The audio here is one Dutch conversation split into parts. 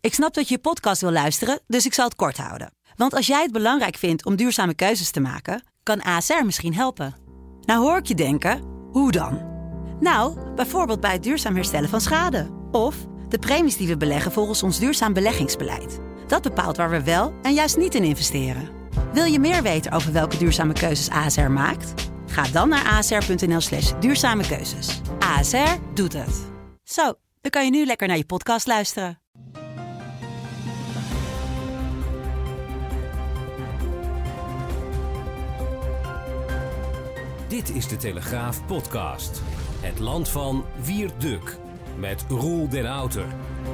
Ik snap dat je podcast wil luisteren, dus ik zal het kort houden. Want als jij het belangrijk vindt om duurzame keuzes te maken, kan ASR misschien helpen. Nou hoor ik je denken, hoe dan? Nou, bijvoorbeeld bij het duurzaam herstellen van schade. Of de premies die we beleggen volgens ons duurzaam beleggingsbeleid. Dat bepaalt waar we wel en juist niet in investeren. Wil je meer weten over welke duurzame keuzes ASR maakt? Ga dan naar asr.nl/duurzame keuzes. ASR doet het. Zo, dan kan je nu lekker naar je podcast luisteren. Dit is de Telegraaf podcast. Het land van Wierd-Duk met Roel den Outer.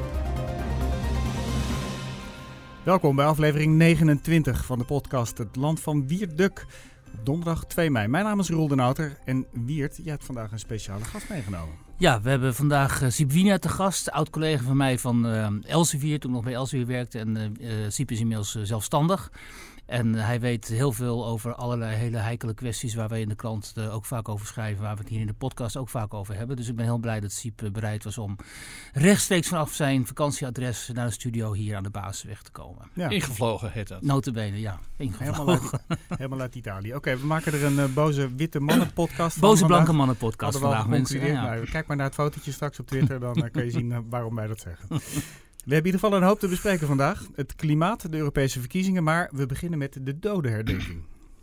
Welkom bij aflevering 29 van de podcast Het land van Wierd-Duk. Op donderdag 2 mei. Mijn naam is Roel den Outer en Wierd, jij hebt vandaag een speciale gast meegenomen. Ja, we hebben vandaag Siep Wiener te gast. Oud-collega van mij van Elsevier, toen ik nog bij Elsevier werkte. En Siep is inmiddels zelfstandig. En hij weet heel veel over allerlei hele heikele kwesties waar wij in de krant ook vaak over schrijven. Waar we het hier in de podcast ook vaak over hebben. Dus ik ben heel blij dat Siep bereid was om rechtstreeks vanaf zijn vakantieadres naar de studio hier aan de Basisweg te komen. Ja. Ingevlogen heet dat. Nota bene, ja. Ingevlogen. Helemaal uit Italië. Oké, we maken er een boze witte mannen podcast van. Boze blanke mannen podcast vandaag, mensen. Ja. Nou, kijk maar naar het fotootje straks op Twitter, dan kun je zien waarom wij dat zeggen. We hebben in ieder geval een hoop te bespreken vandaag. Het klimaat, de Europese verkiezingen, maar we beginnen met de dodenherdenking.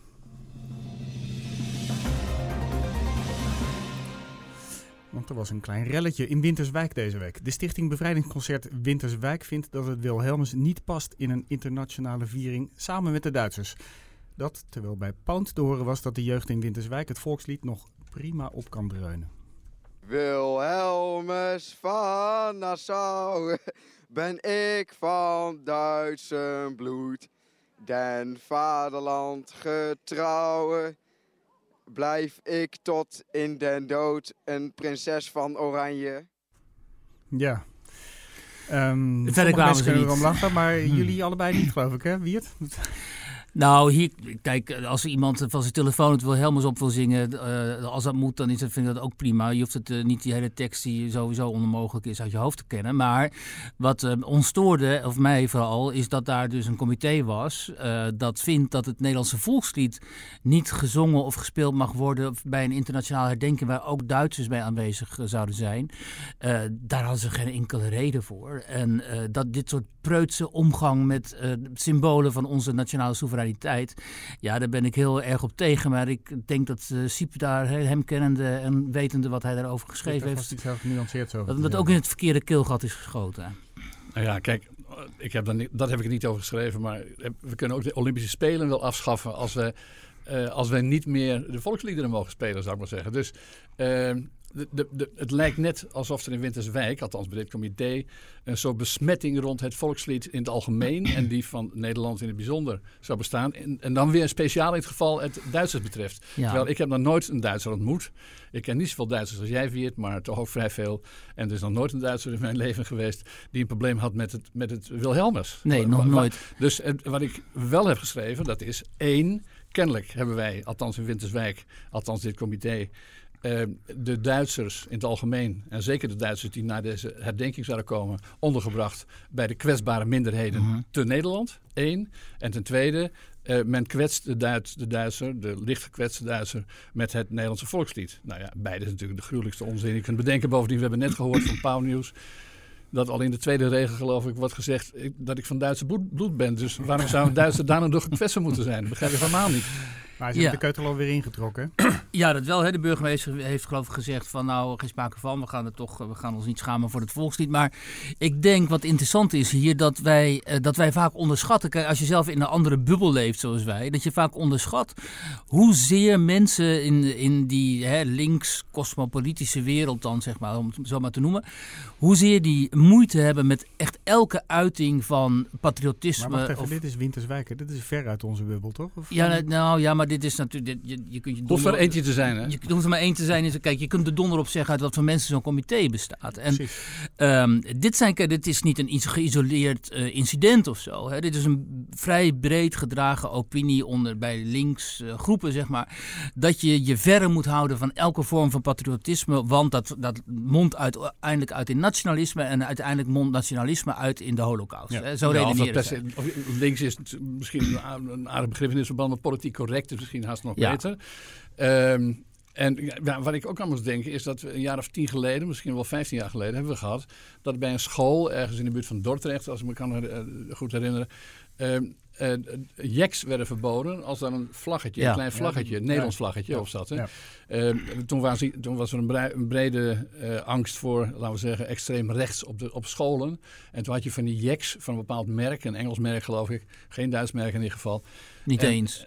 Want er was een klein relletje in Winterswijk deze week. De Stichting Bevrijdingsconcert Winterswijk vindt dat het Wilhelmus niet past in een internationale viering samen met de Duitsers. Dat terwijl bij Pound te horen was dat de jeugd in Winterswijk het volkslied nog prima op kan dreunen. Wilhelmus van Nassau, ben ik van Duitse bloed. Den vaderland getrouwe, blijf ik tot in den dood een prinses van Oranje. Ja. Verder kwamen ze kunnen niet. erom lachen, maar jullie allebei niet, geloof ik, hè, Wiert? Nou, hier, kijk, als iemand van zijn telefoon het Wilhelmus op wil zingen, als dat moet, dan vind ik dat ook prima. Je hoeft het niet die hele tekst die sowieso onmogelijk is uit je hoofd te kennen. Maar wat ons stoorde, of mij vooral, is dat daar dus een comité was dat vindt dat het Nederlandse volkslied niet gezongen of gespeeld mag worden bij een internationale herdenking waar ook Duitsers bij aanwezig zouden zijn. Daar hadden ze geen enkele reden voor. En dat dit soort preutse omgang met symbolen van onze nationale soevereiniteit, ja, daar ben ik heel erg op tegen. Maar ik denk dat Siep daar, hem kennende en wetende wat hij daarover geschreven heeft, iets heel genuanceerd zo. dat ook in het verkeerde keelgat is geschoten. Nou ja, kijk, dat heb ik er niet over geschreven. Maar we kunnen ook de Olympische Spelen wel afschaffen als wij niet meer de volksliederen mogen spelen, zou ik maar zeggen. Dus het lijkt net alsof er in Winterswijk, althans bij dit comité, een soort besmetting rond het volkslied in het algemeen en die van Nederland in het bijzonder zou bestaan. En dan weer speciaal in het geval het Duitsers betreft. Ja. Terwijl ik heb nog nooit een Duitser ontmoet. Ik ken niet zoveel Duitsers als jij, Wiert, maar toch ook vrij veel. En er is nog nooit een Duitser in mijn leven geweest die een probleem had met het Wilhelmus. Nee, nog nooit. Dus wat ik wel heb geschreven, dat is 1. Kennelijk hebben wij, althans in Winterswijk, althans dit comité, de Duitsers in het algemeen, en zeker de Duitsers die naar deze herdenking zouden komen, ondergebracht bij de kwetsbare minderheden te Nederland. 1. En ten tweede, men kwetst de Duitser, de licht gekwetste Duitser, met het Nederlandse volkslied. Nou ja, beide is natuurlijk de gruwelijkste onzin. Je kunt bedenken, bovendien, we hebben net gehoord van Pauw Nieuws, dat al in de tweede regel, geloof ik, wordt gezegd dat ik van Duitse bloed ben. Dus waarom zou een Duitser daar nou door gekwetst moeten zijn? Dat begrijp ik helemaal niet. Maar ze hebben de keutel alweer ingetrokken. Ja, dat wel. Hè. De burgemeester heeft geloof ik gezegd van nou, geen sprake van. We gaan ons niet schamen voor het volkslied. Maar ik denk wat interessant is hier dat wij vaak onderschatten. Kijk, als je zelf in een andere bubbel leeft zoals wij, dat je vaak onderschat hoezeer mensen in die links-cosmopolitische wereld dan, zeg maar, om het zo maar te noemen, hoezeer die moeite hebben met echt elke uiting van patriotisme. Maar wacht even, dit is Winterswijk. Dit is ver uit onze bubbel, toch? Of ja, maar maar dit is natuurlijk... Je kunt je Hoeft er eentje te zijn, hè? Je hoeft er maar één te zijn. Kijk, je kunt er donder op zeggen uit wat voor mensen zo'n comité bestaat. En dit is niet een geïsoleerd incident of zo. Hè. Dit is een vrij breed gedragen opinie bij links groepen, zeg maar. Dat je verre moet houden van elke vorm van patriotisme. Want dat mondt uiteindelijk uit in nationalisme. En uiteindelijk mondt nationalisme uit in de Holocaust. Ja. Hè. Zo redeneren ze. Links is misschien een aardig begrip in dit verband, maar politiek correct is misschien haast nog beter. En wat ik ook aan moest denken is dat we een jaar of 10 geleden, misschien wel 15 jaar geleden, hebben we gehad dat bij een school ergens in de buurt van Dordrecht, als ik me kan goed herinneren, jeks werden verboden als er een vlaggetje, een klein vlaggetje, een Nederlands vlaggetje op zat. Hè? Ja. Toen was er een brede angst voor, laten we zeggen, extreem rechts op scholen. En toen had je van die jeks van een bepaald merk, een Engels merk geloof ik, geen Duits merk in ieder geval. Niet eens.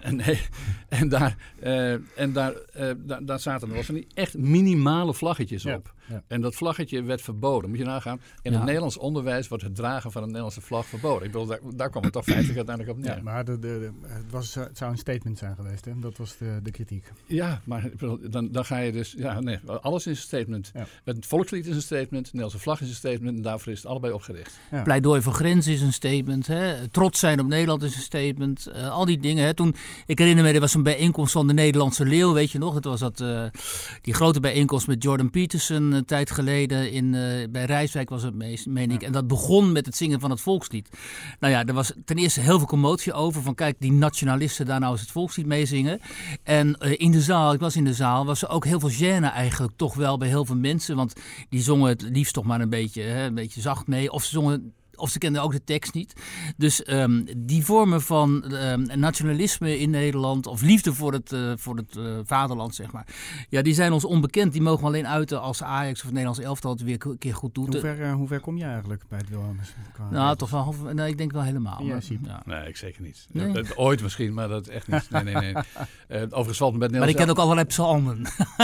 Daar zaten er van die echt minimale vlaggetjes op. Ja. En dat vlaggetje werd verboden. Moet je nagaan. In het Nederlands onderwijs wordt het dragen van een Nederlandse vlag verboden. Ik bedoel, daar kwam het toch feitelijk uiteindelijk op neer. Ja, maar het zou een statement zijn geweest. Hè? Dat was de kritiek. Ja, maar dan ga je dus... Ja, nee, alles is een statement. Ja. Het volkslied is een statement. De Nederlandse vlag is een statement. En daarvoor is het allebei opgericht. Ja. Pleidooi voor grenzen is een statement. Hè? Trots zijn op Nederland is een statement. Al die dingen. Hè? Toen, ik herinner me, er was een bijeenkomst van de Nederlandse Leeuw, weet je nog? Dat was die grote bijeenkomst met Jordan Peterson een tijd geleden bij Rijswijk was het, meen ik. En dat begon met het zingen van het volkslied. Nou ja, er was ten eerste heel veel commotie over van kijk, die nationalisten daar nou eens het volkslied meezingen. En ik was in de zaal, was er ook heel veel gêne eigenlijk toch wel bij heel veel mensen, want die zongen het liefst toch maar een beetje zacht mee. Of ze kenden ook de tekst niet. Dus die vormen van nationalisme in Nederland, of liefde voor het vaderland, zeg maar. Ja, die zijn ons onbekend. Die mogen we alleen uiten als Ajax of het Nederlands elftal het weer een keer goed doet. Hoe ver kom je eigenlijk bij het Wilhelmus? Nou, toch wel half. Nee, ik denk wel helemaal. Ja, ja. Nee, ik zeker niet. Nee? Ooit misschien, maar dat echt niet. Nee. Overigens valt het met Maar ik ken ook allerlei psalmen.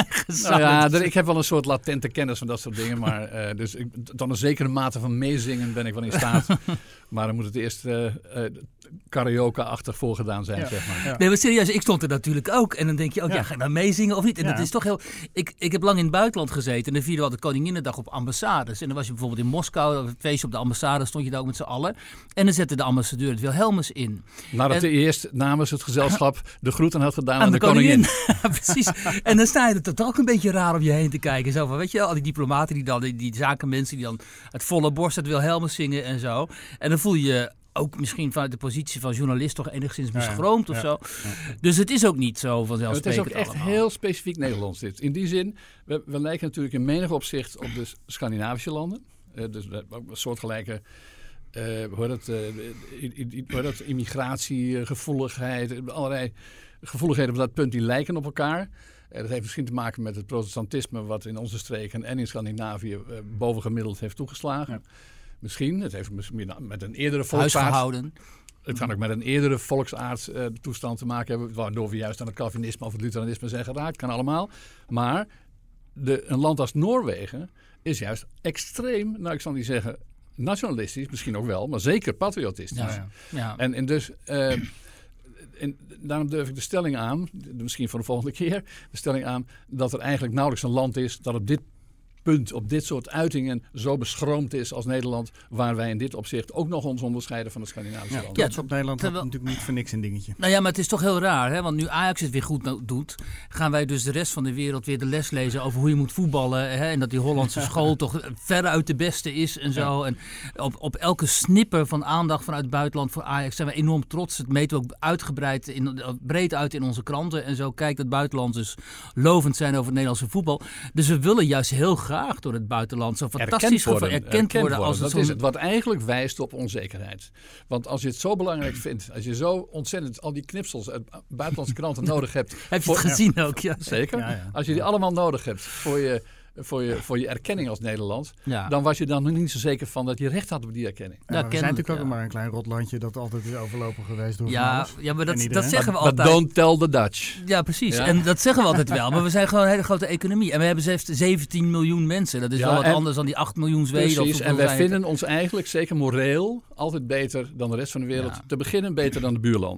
Ik heb wel een soort latente kennis van dat soort dingen. Maar dus tot een zekere mate van meezingen ben ik wel in staat. Maar dan moet het eerst karaoke-achtig voorgedaan zijn, zeg maar. Ja. Nee, maar serieus, ik stond er natuurlijk ook. En dan denk je ook, ga je nou meezingen of niet? En dat is toch heel... Ik heb lang in het buitenland gezeten. En dan vierden we altijd Koninginnedag op ambassades. En dan was je bijvoorbeeld in Moskou, een feestje op de ambassade, stond je daar ook met z'n allen. En dan zette de ambassadeur het Wilhelmus in. Nadat hij eerst namens het gezelschap de groeten had gedaan aan de koningin. Ja, precies. En dan sta je er toch ook een beetje raar om je heen te kijken. Zo van, weet je, al die diplomaten, die zakenmensen die dan het volle borst het Wilhelmus zingen en zo. En dan voel je ook misschien vanuit de positie van journalist toch enigszins beschroomd of zo. Ja. Dus het is ook niet zo vanzelfsprekend. Het is ook echt heel specifiek Nederlands dit. In die zin, we lijken natuurlijk in menig opzicht op de Scandinavische landen. Dus ook een soortgelijke immigratiegevoeligheid, allerlei gevoeligheden op dat punt die lijken op elkaar. Dat heeft misschien te maken met het protestantisme wat in onze streken en in Scandinavië bovengemiddeld heeft toegeslagen. Ja. Misschien, het heeft misschien met een eerdere volksaard. Het kan ook met een eerdere volksaardstoestand te maken hebben, waardoor we juist aan het Calvinisme of het Lutheranisme zijn geraakt. Kan allemaal. Maar een land als Noorwegen is juist extreem, nou ik zal niet zeggen nationalistisch, misschien ook wel, maar zeker patriotistisch. Ja. En dus... En daarom durf ik de stelling aan, misschien voor de volgende keer, de stelling aan dat er eigenlijk nauwelijks een land is dat op dit punt, op dit soort uitingen zo beschroomd is als Nederland, waar wij in dit opzicht ook nog ons onderscheiden van de Scandinavische landen. Ja, op Nederland had natuurlijk niet voor niks een dingetje. Nou ja, maar het is toch heel raar, hè? Want nu Ajax het weer goed doet, gaan wij dus de rest van de wereld weer de les lezen over hoe je moet voetballen. Hè? En dat die Hollandse school toch veruit de beste is en zo. Ja. En op elke snipper van aandacht vanuit het buitenland voor Ajax zijn we enorm trots. Het meten we ook uitgebreid, breed uit in onze kranten. En zo kijkt het buitenland dus lovend zijn over het Nederlandse voetbal. Dus we willen juist heel graag door het buitenland zo fantastisch erkend worden. Als dat is het, wat eigenlijk wijst op onzekerheid. Want als je het zo belangrijk vindt, als je zo ontzettend al die knipsels uit buitenlandse kranten nodig hebt. Heb je het gezien ook? Ja. Zeker. Ja. Als je die allemaal nodig hebt voor je erkenning als Nederland, dan was je dan nog niet zo zeker van dat je recht had op die erkenning. Ja, we zijn natuurlijk ook maar een klein rotlandje dat altijd is overlopen geweest door Ja, maar dat zeggen we altijd. But don't tell the Dutch. Ja, precies. Ja. En dat zeggen we altijd wel. Maar we zijn gewoon een hele grote economie. En we hebben zelfs 17 miljoen mensen. Dat is wel wat anders dan die 8 miljoen Zweden. Precies. En wij vinden ons eigenlijk, zeker moreel, altijd beter dan de rest van de wereld. Ja. Te beginnen beter dan de buurlanden.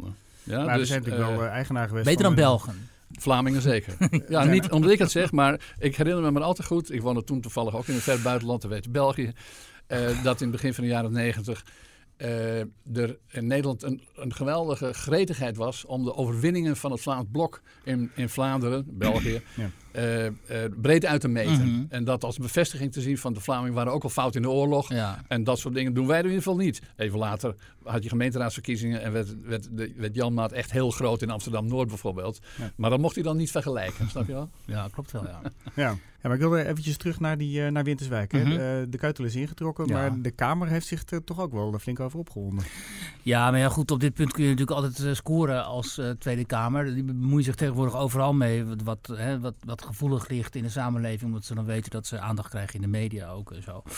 Ja, Maar we dus, zijn natuurlijk wel eigenaar geweest. Beter dan Belgen. Vlamingen zeker. Ja, niet omdat ik het zeg, maar ik herinner me maar al te goed. Ik woonde toen toevallig ook in een ver buitenland, dat weet België. Dat in het begin van de jaren 90 er in Nederland een geweldige gretigheid was om de overwinningen van het Vlaams blok in Vlaanderen, België, breed uit te meten. Mm-hmm. En dat als bevestiging te zien van de Vlamingen waren ook al fout in de oorlog. Ja. En dat soort dingen doen wij er in ieder geval niet. Even later had je gemeenteraadsverkiezingen en werd Jan Maat echt heel groot in Amsterdam-Noord bijvoorbeeld. Ja. Maar dan mocht hij dan niet vergelijken, snap je wel? Ja, klopt wel, ja. Ja, maar ik wilde eventjes terug naar Winterswijk. Mm-hmm. De Keutel is ingetrokken, maar de Kamer heeft zich er toch ook wel flink over opgewonden. Ja, maar ja, goed, op dit punt kun je natuurlijk altijd scoren als Tweede Kamer. Die bemoeien zich tegenwoordig overal mee wat gevoelig ligt in de samenleving, omdat ze dan weten dat ze aandacht krijgen in de media ook en zo.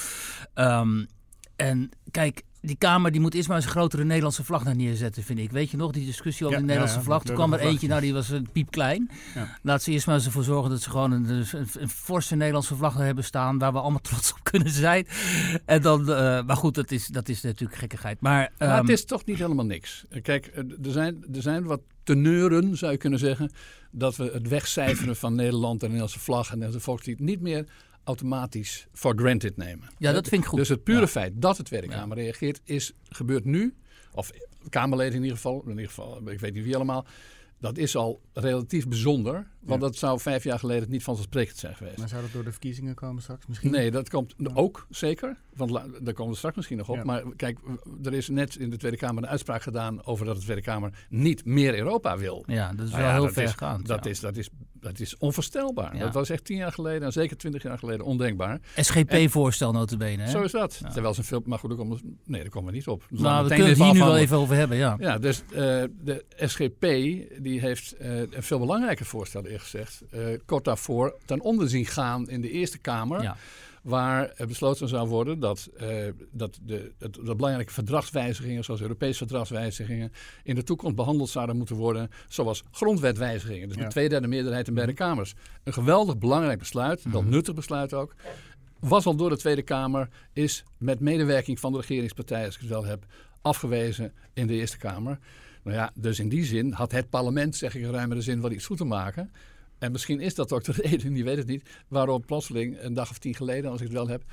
En kijk, die Kamer die moet eerst maar eens een grotere Nederlandse vlag naar neerzetten, vind ik. Weet je nog, die discussie over de Nederlandse vlag. Toen kwam er eentje, die was piepklein. Ja. Laat ze eerst maar eens ervoor zorgen dat ze gewoon een forse Nederlandse vlag hebben staan, waar we allemaal trots op kunnen zijn. En dan, maar goed, dat is natuurlijk gekkigheid. Maar het is toch niet helemaal niks. Kijk, er zijn wat teneuren, zou je kunnen zeggen, dat we het wegcijferen van Nederland en de Nederlandse vlag en de Nederlandse volkslied niet meer automatisch for granted nemen. Ja, dat vind ik goed. Dus het pure feit dat de Tweede Kamer reageert gebeurt nu, of Kamerleden in ieder geval, ik weet niet wie allemaal, dat is al relatief bijzonder, want dat zou 5 jaar geleden niet vanzelfsprekend zijn geweest. Maar zou dat door de verkiezingen komen straks misschien? Nee, dat komt ook zeker, want daar komen we straks misschien nog op. Ja. Maar kijk, er is net in de Tweede Kamer een uitspraak gedaan over dat de Tweede Kamer niet meer Europa wil. Ja, dat is wel heel vergaand. Dat is onvoorstelbaar. Ja. Dat was echt 10 jaar geleden en zeker 20 jaar geleden ondenkbaar. SGP-voorstel notabene. Hè? Zo is dat. Ja. Terwijl ze veel, maar goed, daar komen we niet op. Dus we kunnen het hier nu wel even over hebben, ja. Ja, dus de SGP die heeft een veel belangrijker voorstel eerst gezegd. Kort daarvoor ten onder zien gaan in de Eerste Kamer. Ja. Waar besloten zou worden dat belangrijke verdragswijzigingen, zoals Europese verdragswijzigingen, in de toekomst behandeld zouden moeten worden zoals grondwetwijzigingen. Dus met 2/3 meerderheid in beide kamers. Een geweldig belangrijk besluit, wel nuttig besluit ook. Was al door de Tweede Kamer, is met medewerking van de regeringspartijen, als ik het wel heb, afgewezen in de Eerste Kamer. Nou ja, dus in die zin had het parlement, zeg ik in ruimere zin, wel iets goed te maken. En misschien is dat ook de reden, die weet het niet, waarom plotseling een dag of 10 geleden, als ik het wel heb,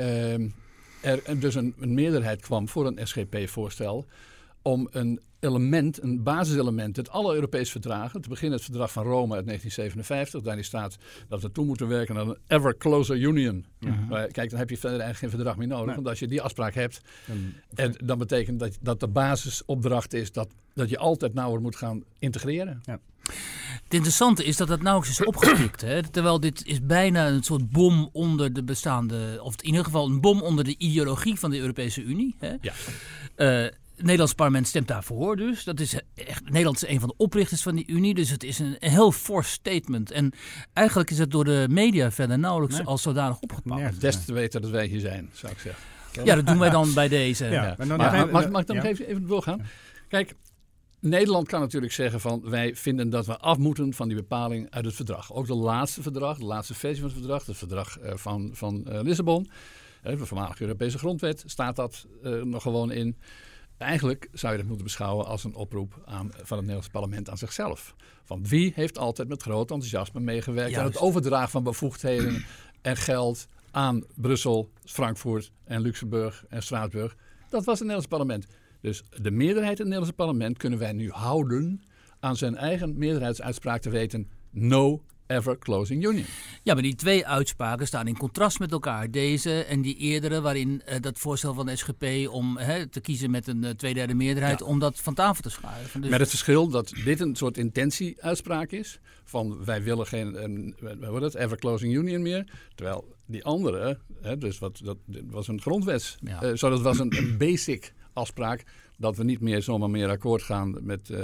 er dus een meerderheid kwam voor een SGP-voorstel om een basiselement uit alle Europese verdragen, te beginnen het verdrag van Rome uit 1957, daarin staat dat we toe moeten werken naar een ever closer union. Ja. Kijk, dan heb je verder eigenlijk geen verdrag meer nodig, want als je die afspraak hebt, dan betekent dat de basisopdracht is dat je altijd nauwer moet gaan integreren. Ja. Het interessante is dat dat nauwelijks is opgepikt. Hè? Terwijl dit is bijna een soort bom onder de bestaande, of in ieder geval een bom onder de ideologie van de Europese Unie. Hè? Ja. Het Nederlands parlement stemt daarvoor dus. Dat is echt, Nederland is een van de oprichters van die Unie. Dus het is een heel fors statement. En eigenlijk is het door de media verder nauwelijks als zodanig opgepakt. Ja, des te weten dat wij hier zijn, zou ik zeggen. Ja, dat doen wij dan bij deze. Ja. Mag ik dan nog even doorgaan? Ja. Kijk, Nederland kan natuurlijk zeggen van wij vinden dat we af moeten van die bepaling uit het verdrag. Ook de laatste versie van het verdrag, het verdrag van Lissabon, de voormalige Europese grondwet, staat dat nog gewoon in. Eigenlijk zou je dat moeten beschouwen als een oproep van het Nederlandse parlement aan zichzelf. Want wie heeft altijd met groot enthousiasme meegewerkt aan het overdragen van bevoegdheden en geld aan Brussel, Frankfurt en Luxemburg en Straatsburg? Dat was het Nederlandse parlement. Dus de meerderheid in het Nederlandse parlement kunnen wij nu houden aan zijn eigen meerderheidsuitspraak te weten no ever closing union. Ja, maar die 2 uitspraken staan in contrast met elkaar. Deze en die eerdere waarin dat voorstel van de SGP om te kiezen met een 2/3 meerderheid om dat van tafel te schuiven. Dus met het verschil dat dit een soort intentieuitspraak is van wij willen geen ever closing union meer. Terwijl die andere, dus dat was een grondwets. Dat was een basic afspraak dat we niet meer zomaar meer akkoord gaan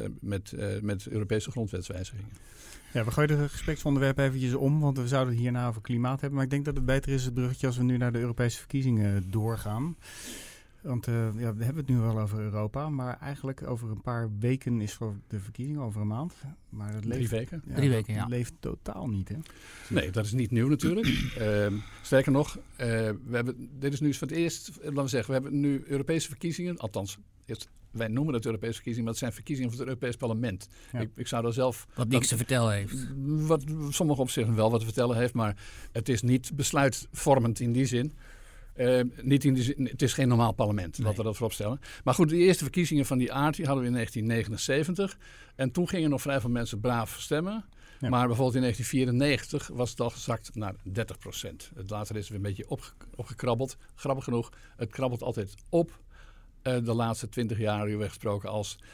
met Europese grondwetswijzigingen. Ja, we gooien het gespreksonderwerp eventjes om, want we zouden het hierna over klimaat hebben. Maar ik denk dat het beter is, het bruggetje, als we nu naar de Europese verkiezingen doorgaan. Want we hebben het nu wel over Europa, maar eigenlijk over een paar weken is voor de verkiezingen, over een maand. Maar het leeft, 3 weken? Ja, 3 weken, ja. Het leeft totaal niet, hè? Nee, dat is niet nieuw natuurlijk. Sterker nog, dit is nu voor het eerst, laten we zeggen, we hebben nu Europese verkiezingen, althans, wij noemen het Europese verkiezingen, maar het zijn verkiezingen van het Europees Parlement. Ja. Ik zou daar zelf... Wat niks te vertellen heeft. Wat sommige opzichten wel wat te vertellen heeft, maar het is niet besluitvormend in die zin. Het is geen normaal parlement, laten we dat voorop stellen. Maar goed, de eerste verkiezingen van die aard die hadden we in 1979. En toen gingen nog vrij veel mensen braaf stemmen. Ja. Maar bijvoorbeeld in 1994 was het al gezakt naar 30%. Het later is het weer een beetje opgekrabbeld. Grappig genoeg, het krabbelt altijd op de laatste 20 jaar u gesproken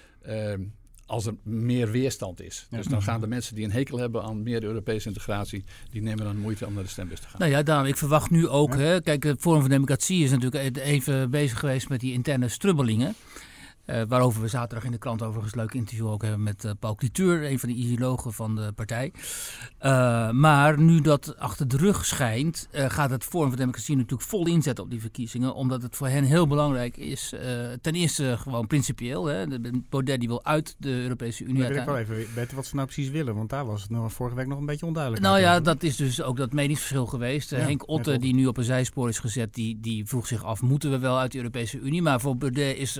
als er meer weerstand is. Ja. Dus dan gaan de mensen die een hekel hebben aan meer Europese integratie, die nemen dan moeite om naar de stembus te gaan. Nou ja, daarom, ik verwacht nu ook, kijk, het Forum voor Democratie is natuurlijk even bezig geweest met die interne strubbelingen. Waarover we zaterdag in de krant overigens een leuk interview ook hebben met Paul Cliteur, een van de ideologen van de partij. Maar nu dat achter de rug schijnt, gaat het Forum voor Democratie natuurlijk vol inzetten op die verkiezingen. Omdat het voor hen heel belangrijk is. Ten eerste gewoon principieel. Baudet die wil uit de Europese Unie. Dan wil ik wel even weten wat ze nou precies willen. Want daar was het vorige week nog een beetje onduidelijk. Nou ja, dat is dus ook dat meningsverschil geweest. Henk Otte, die nu op een zijspoor is gezet, die vroeg zich af, moeten we wel uit de Europese Unie? Maar voor Baudet is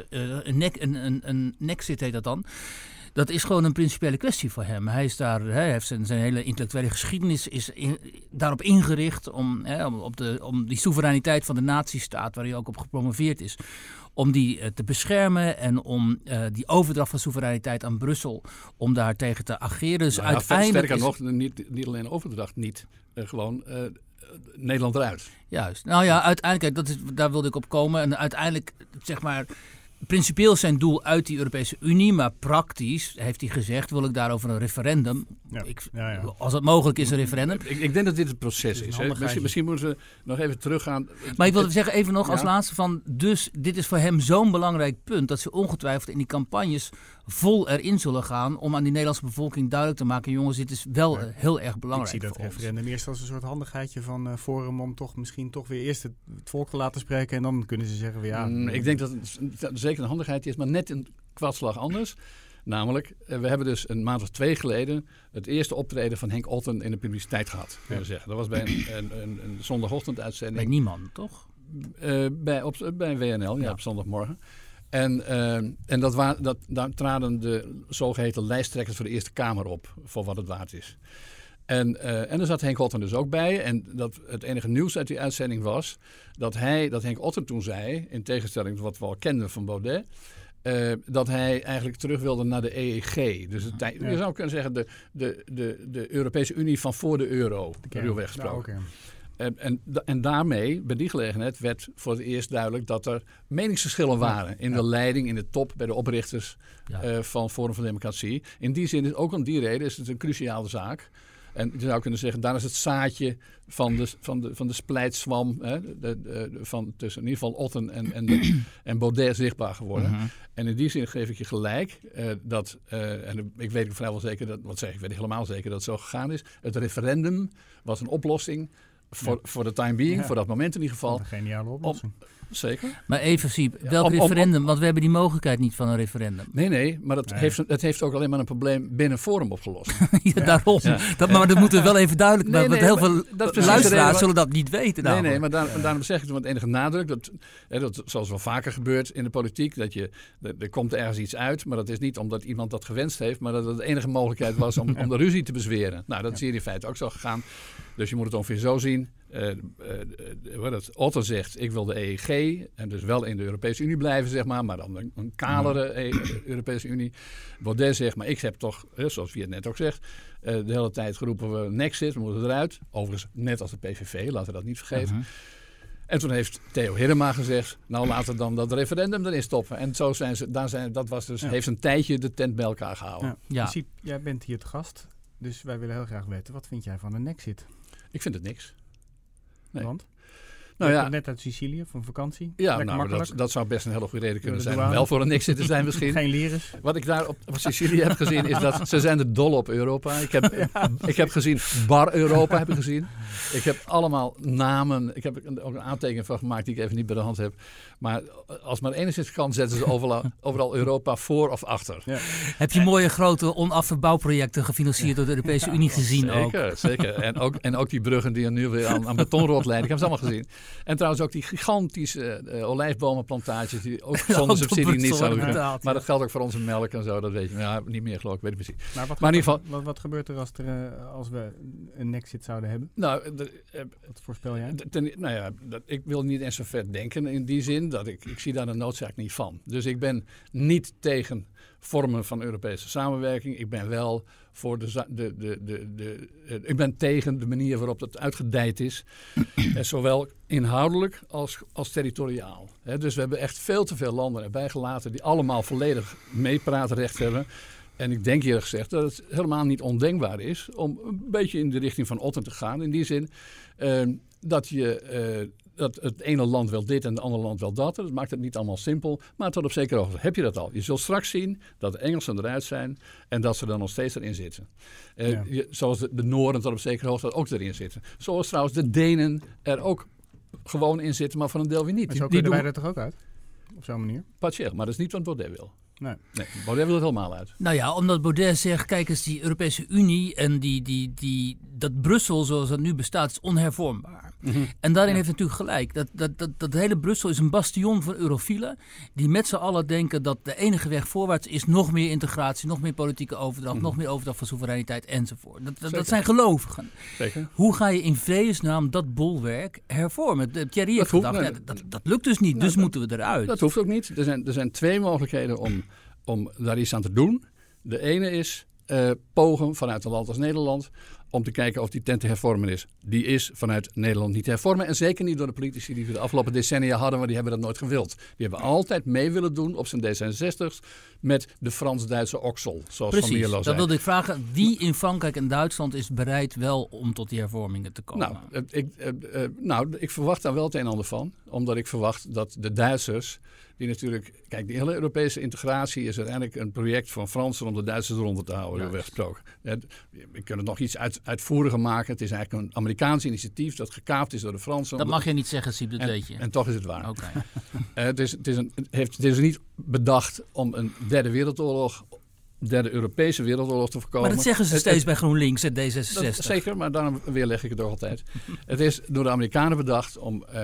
een nexit heet dat dan. Dat is gewoon een principiële kwestie voor hem. Hij heeft zijn hele intellectuele geschiedenis daarop ingericht om die soevereiniteit van de nazistaat, waar hij ook op gepromoveerd is, om die te beschermen en om die overdracht van soevereiniteit aan Brussel, om daar tegen te ageren. Dus uiteindelijk sterker nog, niet alleen overdracht, gewoon Nederland eruit. Juist. Nou ja, uiteindelijk, daar wilde ik op komen. En uiteindelijk, zeg maar, principieel zijn doel uit die Europese Unie, maar praktisch, heeft hij gezegd, wil ik daarover een referendum. Ja. Als het mogelijk is, een referendum. Ik denk dat dit het proces is. Misschien moeten we nog even teruggaan. Maar ik wilde zeggen even nog als laatste van, dus dit is voor hem zo'n belangrijk punt, dat ze ongetwijfeld in die campagnes vol erin zullen gaan om aan die Nederlandse bevolking duidelijk te maken, jongens, dit is wel heel erg belangrijk. Ik zie dat referendum eerst als een soort handigheidje van Forum om misschien toch weer eerst het volk te laten spreken en dan kunnen ze zeggen weer ik denk dat het zeker een handigheid is, maar net een kwartslag anders. Namelijk, we hebben dus een maand of 2 geleden het eerste optreden van Henk Otten in de publiciteit gehad, kunnen we zeggen. Dat was bij een zondagochtenduitzending. Bij niemand, toch? Bij WNL, op zondagmorgen. En daar traden de zogeheten lijsttrekkers voor de Eerste Kamer op, voor wat het waard is. En daar zat Henk Otten dus ook bij. En het enige nieuws uit die uitzending was dat Henk Otten toen zei, in tegenstelling tot wat we al kenden van Baudet, dat hij eigenlijk terug wilde naar de EEG. Dus je zou kunnen zeggen de Europese Unie van voor de euro, ruwweg gesproken. En daarmee, bij die gelegenheid, werd voor het eerst duidelijk dat er meningsverschillen waren in de leiding, in de top, bij de oprichters van Forum voor Democratie. In die zin is ook om die reden is het een cruciale zaak. En je zou kunnen zeggen, daar is het zaadje van de splijtswam tussen in ieder geval Otten en Baudet zichtbaar geworden. Uh-huh. En in die zin geef ik je gelijk en ik weet vrijwel zeker, ik weet helemaal zeker dat het zo gegaan is. Het referendum was een oplossing voor de time being, voor dat moment in ieder geval. Een geniale oplossing. Zeker. Maar even, Siep, welk referendum? Want we hebben die mogelijkheid niet van een referendum. Nee, maar het heeft ook alleen maar een probleem binnen Forum opgelost. Daarom. Ja. Maar dat moeten we wel even duidelijk maken. Want heel veel luisteraars zullen dat niet weten. Nee, maar daarom zeg ik het met enige nadruk. Dat zoals wel vaker gebeurt in de politiek. Er komt ergens iets uit, maar dat is niet omdat iemand dat gewenst heeft, maar dat het de enige mogelijkheid was om de ruzie te bezweren. Nou, dat is hier in feite ook zo gegaan. Dus je moet het ongeveer zo zien. Otten zegt, ik wil de EEG en dus wel in de Europese Unie blijven, zeg maar dan een kalere Europese Unie. Baudet zegt, maar ik heb toch, zoals wie het net ook zegt, de hele tijd geroepen we Nexit, we moeten eruit. Overigens, net als de PVV, laten we dat niet vergeten. Uh-huh. En toen heeft Theo Hiddema gezegd, nou laten we dan dat referendum erin stoppen. En zo zijn ze, heeft een tijdje de tent bij elkaar gehouden. Ja. Siep, jij bent hier te gast, dus wij willen heel graag weten, wat vind jij van een Nexit? Ik vind het niks. Nee. Want? Nou net uit Sicilië, van vakantie. Ja, dat zou best een hele goede reden kunnen zijn. Wel voor een Nexit te zijn misschien. Geen lires. Wat ik daar op Sicilië heb gezien is dat ze zijn er dol op Europa. Ik heb gezien, Bar Europa heb ik gezien. Ik heb allemaal namen. Ik heb ook een aantekening van gemaakt die ik even niet bij de hand heb. Maar als maar enigszins kan, zetten ze overal Europa voor of achter. Ja. Heb je mooie grote onafbouwprojecten gefinancierd door de Europese Unie gezien? Zeker. En ook die bruggen die er nu weer aan betonrot leiden. Ik heb ze allemaal gezien. En trouwens ook die gigantische olijfbomenplantages die ook zonder subsidie niet zouden kunnen. Maar dat geldt ook voor onze melk en zo, dat weet je. Ja, niet meer geloof ik, weet ik precies. Maar in ieder geval, wat gebeurt er als we een Nexit zouden hebben? Nou, wat voorspel jij? Ik wil niet eens zo ver denken in die zin dat ik zie daar de noodzaak niet van. Dus ik ben niet tegen vormen van Europese samenwerking. Ik ben wel voor ik ben tegen de manier waarop dat uitgedijd is. Zowel inhoudelijk als territoriaal. Dus we hebben echt veel te veel landen erbij gelaten die allemaal volledig meepraatrecht hebben. En ik denk eerlijk gezegd dat het helemaal niet ondenkbaar is om een beetje in de richting van Otten te gaan. In die zin dat het ene land wil dit en het andere land wil dat. Dat maakt het niet allemaal simpel. Maar tot op zekere hoogte heb je dat al. Je zult straks zien dat de Engelsen eruit zijn en dat ze er nog steeds erin zitten. Zoals de Noorden tot op zekere hoogte ook erin zitten. Zoals trouwens de Denen er ook gewoon in zitten, maar voor een deel weer niet. Maar zo kunnen wij er toch ook uit? Op zo'n manier? Partieel, maar dat is niet wat Baudet wil. Nee, Baudet wil het helemaal uit. Nou ja, omdat Baudet zegt, kijk eens, die Europese Unie en dat Brussel zoals dat nu bestaat is onhervormbaar. Mm-hmm. En daarin heeft natuurlijk gelijk. Dat hele Brussel is een bastion van eurofielen die met z'n allen denken dat de enige weg voorwaarts is nog meer integratie, nog meer politieke overdracht, nog meer overdracht van soevereiniteit enzovoort. Dat zijn gelovigen. Zeker. Hoe ga je in vredesnaam dat bolwerk hervormen? Thierry heeft gedacht, dat lukt dus niet, dus moeten we eruit. Dat hoeft ook niet. Er zijn twee mogelijkheden om daar iets aan te doen. De ene is pogen vanuit een land als Nederland om te kijken of die tent te hervormen is. Die is vanuit Nederland niet te hervormen. En zeker niet door de politici die we de afgelopen decennia hadden, want die hebben dat nooit gewild. Die hebben altijd mee willen doen op zijn D66's met de Frans-Duitse oksel. Zoals Van Mierlo zei. Dat wilde ik vragen. Wie in Frankrijk en Duitsland is bereid wel om tot die hervormingen te komen? Ik verwacht daar wel het een en ander van. Omdat ik verwacht dat de Duitsers, die natuurlijk... Kijk, die hele Europese integratie is uiteindelijk een project van Fransen om de Duitsers eronder te houden, heel gesproken. We kunnen het nog iets uitvoeriger maken. Het is eigenlijk een Amerikaans initiatief dat gekaapt is door de Fransen. Dat mag je niet zeggen, Siep, dat weet je. En toch is het waar. Okay. Het is niet bedacht om een derde Europese wereldoorlog te voorkomen. Maar dat zeggen ze steeds bij GroenLinks en D66. Zeker, maar daarom weerleg ik het ook altijd. Het is door de Amerikanen bedacht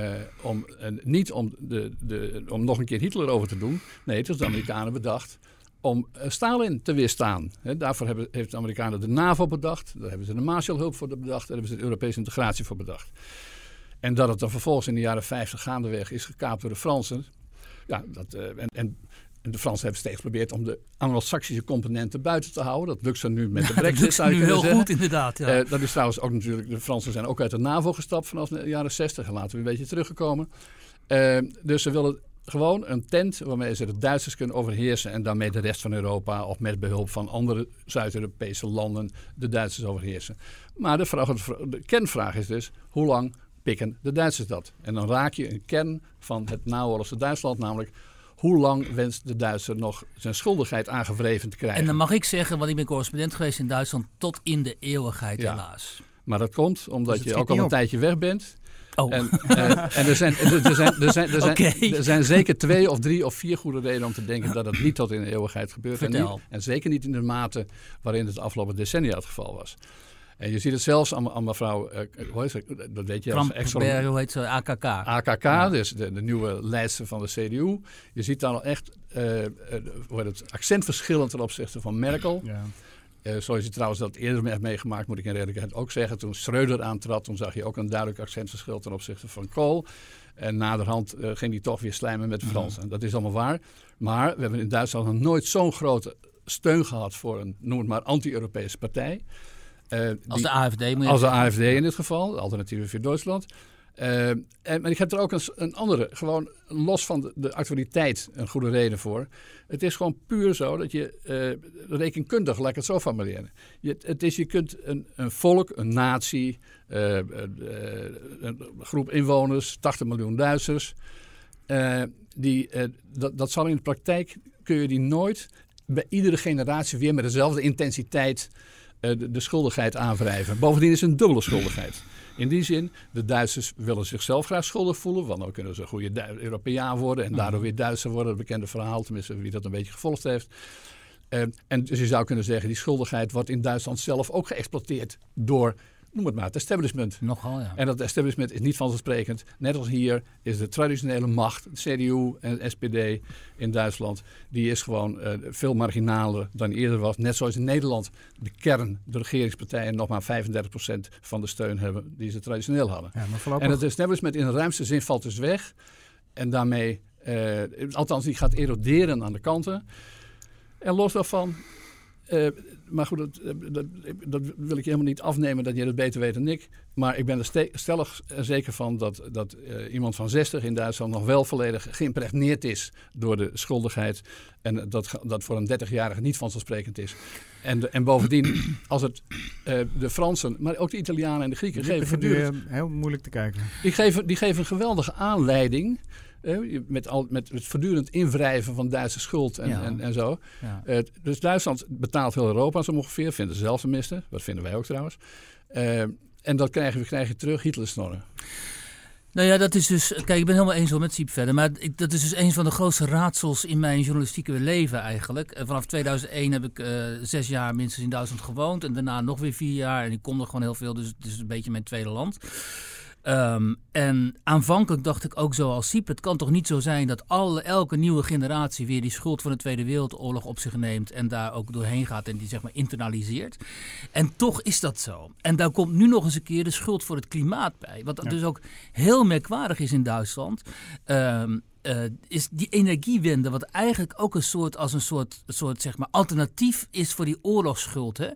niet om nog een keer Hitler over te doen. Nee, het is door de Amerikanen bedacht om Stalin te weerstaan. Daarvoor heeft de Amerikanen de NAVO bedacht. Daar hebben ze de Marshallhulp voor bedacht. Daar hebben ze de Europese integratie voor bedacht. En dat het dan vervolgens in de jaren 50 gaandeweg is gekaapt door de Fransen. Ja, en de Fransen hebben steeds geprobeerd om de Anglo-Saxische componenten buiten te houden. Dat lukt ze nu met de Brexit. Dat lukt nu heel goed, inderdaad. Ja. Dat is trouwens ook natuurlijk... De Fransen zijn ook uit de NAVO gestapt vanaf de jaren 60. En laten we een beetje teruggekomen. Dus ze willen gewoon een tent waarmee ze de Duitsers kunnen overheersen en daarmee de rest van Europa of met behulp van andere Zuid-Europese landen de Duitsers overheersen. Maar de kernvraag is dus, hoe lang pikken de Duitsers dat? En dan raak je een kern van het naoorlogse Duitsland, namelijk hoe lang wenst de Duitser nog zijn schuldigheid aangewreven te krijgen? En dan mag ik zeggen, want ik ben correspondent geweest in Duitsland, tot in de eeuwigheid helaas. Maar dat komt omdat dus je ook al een tijdje weg bent. Oh. En er zijn zeker 2 of 3 of 4 goede redenen om te denken dat het niet tot in de eeuwigheid gebeurt. En zeker niet in de mate waarin het de afgelopen decennia het geval was. En je ziet het zelfs aan mevrouw, dat weet je. Hoe heet ze? AKK. AKK, dus de nieuwe leidster van de CDU. Je ziet daar al echt het accentverschil ten opzichte van Merkel. Ja. Zoals je trouwens dat eerder hebt meegemaakt, moet ik in redelijkheid ook zeggen. Toen Schröder aantrad, toen zag je ook een duidelijk accentverschil ten opzichte van Kohl. En naderhand ging hij toch weer slijmen met de Fransen. Dat is allemaal waar. Maar we hebben in Duitsland nog nooit zo'n grote steun gehad voor een, noem het maar, anti-Europese partij. Als de AfD. Als de AfD in dit geval, de Alternatieven voor Duitsland. Maar ik heb er ook een andere, gewoon los van de actualiteit, een goede reden voor. Het is gewoon puur zo dat je rekenkundig, laat ik het zo formuleren. Je kunt een volk, een natie, een groep inwoners, 80 miljoen Duitsers. Dat zal in de praktijk, kun je die nooit bij iedere generatie weer met dezelfde intensiteit de schuldigheid aanwrijven. Bovendien is het een dubbele schuldigheid. In die zin, de Duitsers willen zichzelf graag schuldig voelen, want dan kunnen ze een goede Europeaan worden en daardoor weer Duitser worden. Het bekende verhaal, tenminste wie dat een beetje gevolgd heeft. En dus je zou kunnen zeggen, die schuldigheid wordt in Duitsland zelf ook geëxploiteerd door noem het maar, het establishment. Nogal, ja. En dat establishment is niet vanzelfsprekend. Net als hier is de traditionele macht, de CDU en SPD in Duitsland, die is gewoon veel marginaler dan eerder was. Net zoals in Nederland de kern, de regeringspartijen, nog maar 35% van de steun hebben die ze traditioneel hadden. Ja, maar voorlopig... En het establishment in de ruimste zin valt dus weg. En daarmee, althans die gaat eroderen aan de kanten. En los daarvan... maar goed, dat wil ik je helemaal niet afnemen dat je dat beter weet dan ik. Maar ik ben er stellig zeker van dat iemand van 60 in Duitsland nog wel volledig geïmpregneerd is door de schuldigheid. En dat voor een 30-jarige niet vanzelfsprekend is. En bovendien, als het de Fransen, maar ook de Italianen en de Grieken geven voortdurend... heel moeilijk te kijken. Die geven een geweldige aanleiding... Met het voortdurend invrijven van Duitse schuld en zo. Ja. Dus Duitsland betaalt heel Europa zo ongeveer. Vinden ze zelf tenminste. Dat vinden wij ook trouwens. En dat krijg je terug, Hitler-snorren. Nou ja, dat is dus... Kijk, ik ben helemaal eens met Siep verder. Maar dat is dus een van de grootste raadsels in mijn journalistieke leven eigenlijk. Vanaf 2001 heb ik 6 jaar minstens in Duitsland gewoond. En daarna nog weer 4 jaar. En ik kom er gewoon heel veel. Dus het is een beetje mijn tweede land. En aanvankelijk dacht ik ook zo als Siep, het kan toch niet zo zijn dat elke nieuwe generatie weer die schuld van de Tweede Wereldoorlog op zich neemt en daar ook doorheen gaat en die zeg maar internaliseert. En toch is dat zo. En daar komt nu nog eens een keer de schuld voor het klimaat bij. Wat dus ook heel merkwaardig is in Duitsland. Is die energiewende, wat eigenlijk ook een soort zeg maar alternatief is voor die oorlogsschuld. Hè?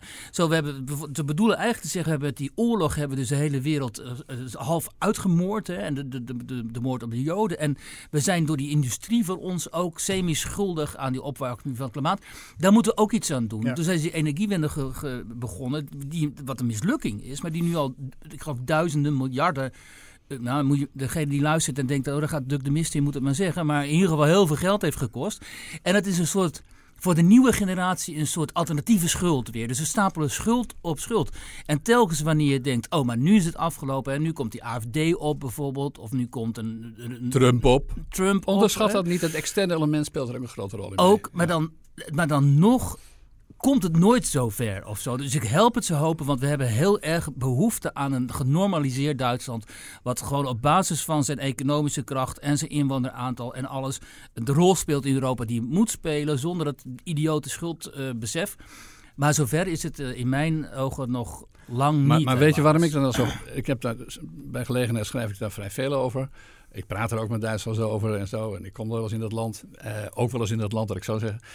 Ze bedoelen eigenlijk te zeggen, we die oorlog hebben dus de hele wereld half uitgemoord. Hè? En de moord op de Joden. En we zijn door die industrie voor ons ook semi-schuldig aan die opwarming van het klimaat. Daar moeten we ook iets aan doen. Ja. Toen zijn ze die energiewende begonnen, wat een mislukking is, maar die nu al, ik geloof, duizenden miljarden. Nou, degene die luistert en denkt, daar gaat Duk de mist in, moet het maar zeggen. Maar in ieder geval heel veel geld heeft gekost. En het is een soort, voor de nieuwe generatie, een soort alternatieve schuld weer. Dus we stapelen schuld op schuld. En telkens wanneer je denkt, maar nu is het afgelopen. En nu komt die AfD op bijvoorbeeld. Of nu komt een Trump op. Onderschat op, dat niet. Het externe element speelt er ook een grote rol in. Ook, maar dan nog komt het nooit zo ver of zo. Dus ik help het ze hopen, want we hebben heel erg behoefte aan een genormaliseerd Duitsland, wat gewoon op basis van zijn economische kracht en zijn inwoneraantal en alles de rol speelt in Europa die moet spelen, zonder dat idiote schuldbesef. Maar zover is het in mijn ogen nog lang niet. Maar weet je waarom ik dan zo... Ik heb daar, bij gelegenheid schrijf ik daar vrij veel over. Ik praat er ook met Duitsland over en zo. En ik kom wel eens in dat land. Ook wel eens in dat land, dat ik zo zeg.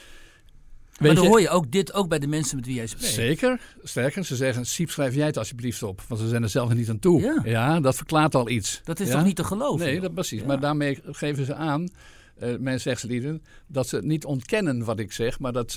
Maar dan hoor je ook dit ook bij de mensen met wie jij spreekt. Zeker. Sterker, ze zeggen, Siep, schrijf jij het alsjeblieft op. Want ze zijn er zelf niet aan toe. Ja, dat verklaart al iets. Dat is toch niet te geloven? Nee, dat precies. Ja. Maar daarmee geven ze aan, mijn zegslieden, dat ze niet ontkennen wat ik zeg. Maar dat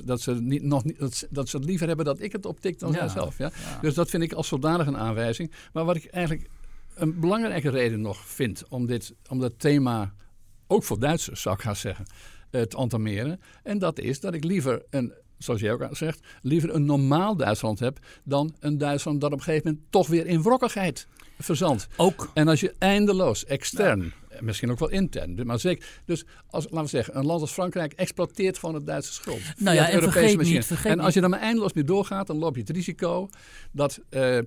ze het liever hebben dat ik het optik dan zijzelf. Ja? Ja. Dus dat vind ik als zodanig een aanwijzing. Maar wat ik eigenlijk een belangrijke reden nog vind om dat thema, ook voor Duitsers zou ik gaan zeggen, te entameren. En dat is dat ik liever zoals jij ook zegt, liever een normaal Duitsland heb dan een Duitsland dat op een gegeven moment toch weer in wrokkigheid verzandt. Ook. En als je eindeloos extern, misschien ook wel intern, maar zeker. Dus laten we zeggen, een land als Frankrijk exploiteert gewoon het Duitse schuld. En vergeet als je dan maar eindeloos mee doorgaat, dan loop je het risico dat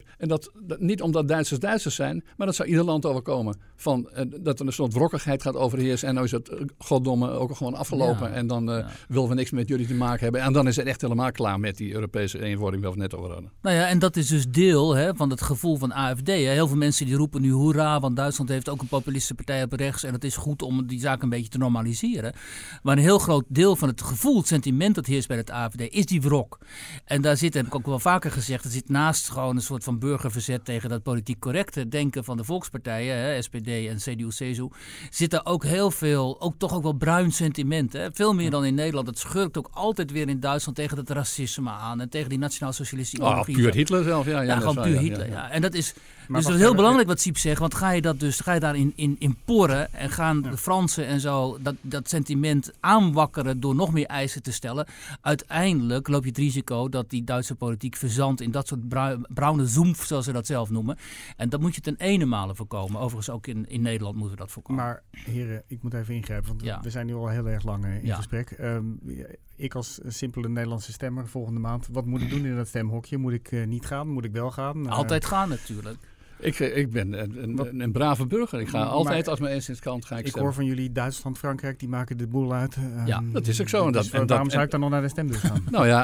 niet omdat Duitsers zijn, maar dat zou ieder land overkomen. Dat er een soort wrokkigheid gaat overheersen en dan is het goddomme ook gewoon afgelopen. Ja. En dan willen we niks met jullie te maken hebben. En dan is het echt helemaal klaar met die Europese eenwording waar we het net over hadden. Nou ja, en dat is dus deel van het gevoel van AfD. Hè. Heel veel mensen die roepen nu hoera, want Duitsland heeft ook een populistische partij op rechts en het is goed om die zaak een beetje te normaliseren. Maar een heel groot deel van het gevoel, het sentiment dat heerst bij het AfD is die wrok. En daar zit, heb ik ook wel vaker gezegd, er zit naast gewoon een soort van burgerverzet tegen dat politiek correcte denken van de volkspartijen, SPD en CDU-CSU, zit daar ook heel veel, ook wel bruin sentiment. Hè? Veel meer dan in Nederland. Het schurkt ook altijd weer in Duitsland tegen het racisme aan en tegen die nationaal-socialistische ideologie. Puur Hitler zelf, ja. Gewoon puur Hitler, ja. En dat is... Dus dat is heel belangrijk wat Siep zegt. Want ga je daarin in porren en gaan de Fransen en zo dat sentiment aanwakkeren door nog meer eisen te stellen. Uiteindelijk loop je het risico dat die Duitse politiek verzandt in dat soort bruine zoemf, zoals ze dat zelf noemen. En dat moet je ten ene male voorkomen. Overigens ook in Nederland moeten we dat voorkomen. Maar heren, ik moet even ingrijpen, want we zijn nu al heel erg lang in gesprek. Ik als simpele Nederlandse stemmer volgende maand, wat moet ik doen in dat stemhokje? Moet ik niet gaan? Moet ik wel gaan? Altijd gaan natuurlijk. Ik ben een brave burger. Ik ga altijd, als mijn eens kant ga ik stemmen. Ik hoor van jullie Duitsland, Frankrijk, die maken de boel uit. Ja, dat is ook zo. Waarom zou ik dan nog naar de stembus gaan? Nou ja,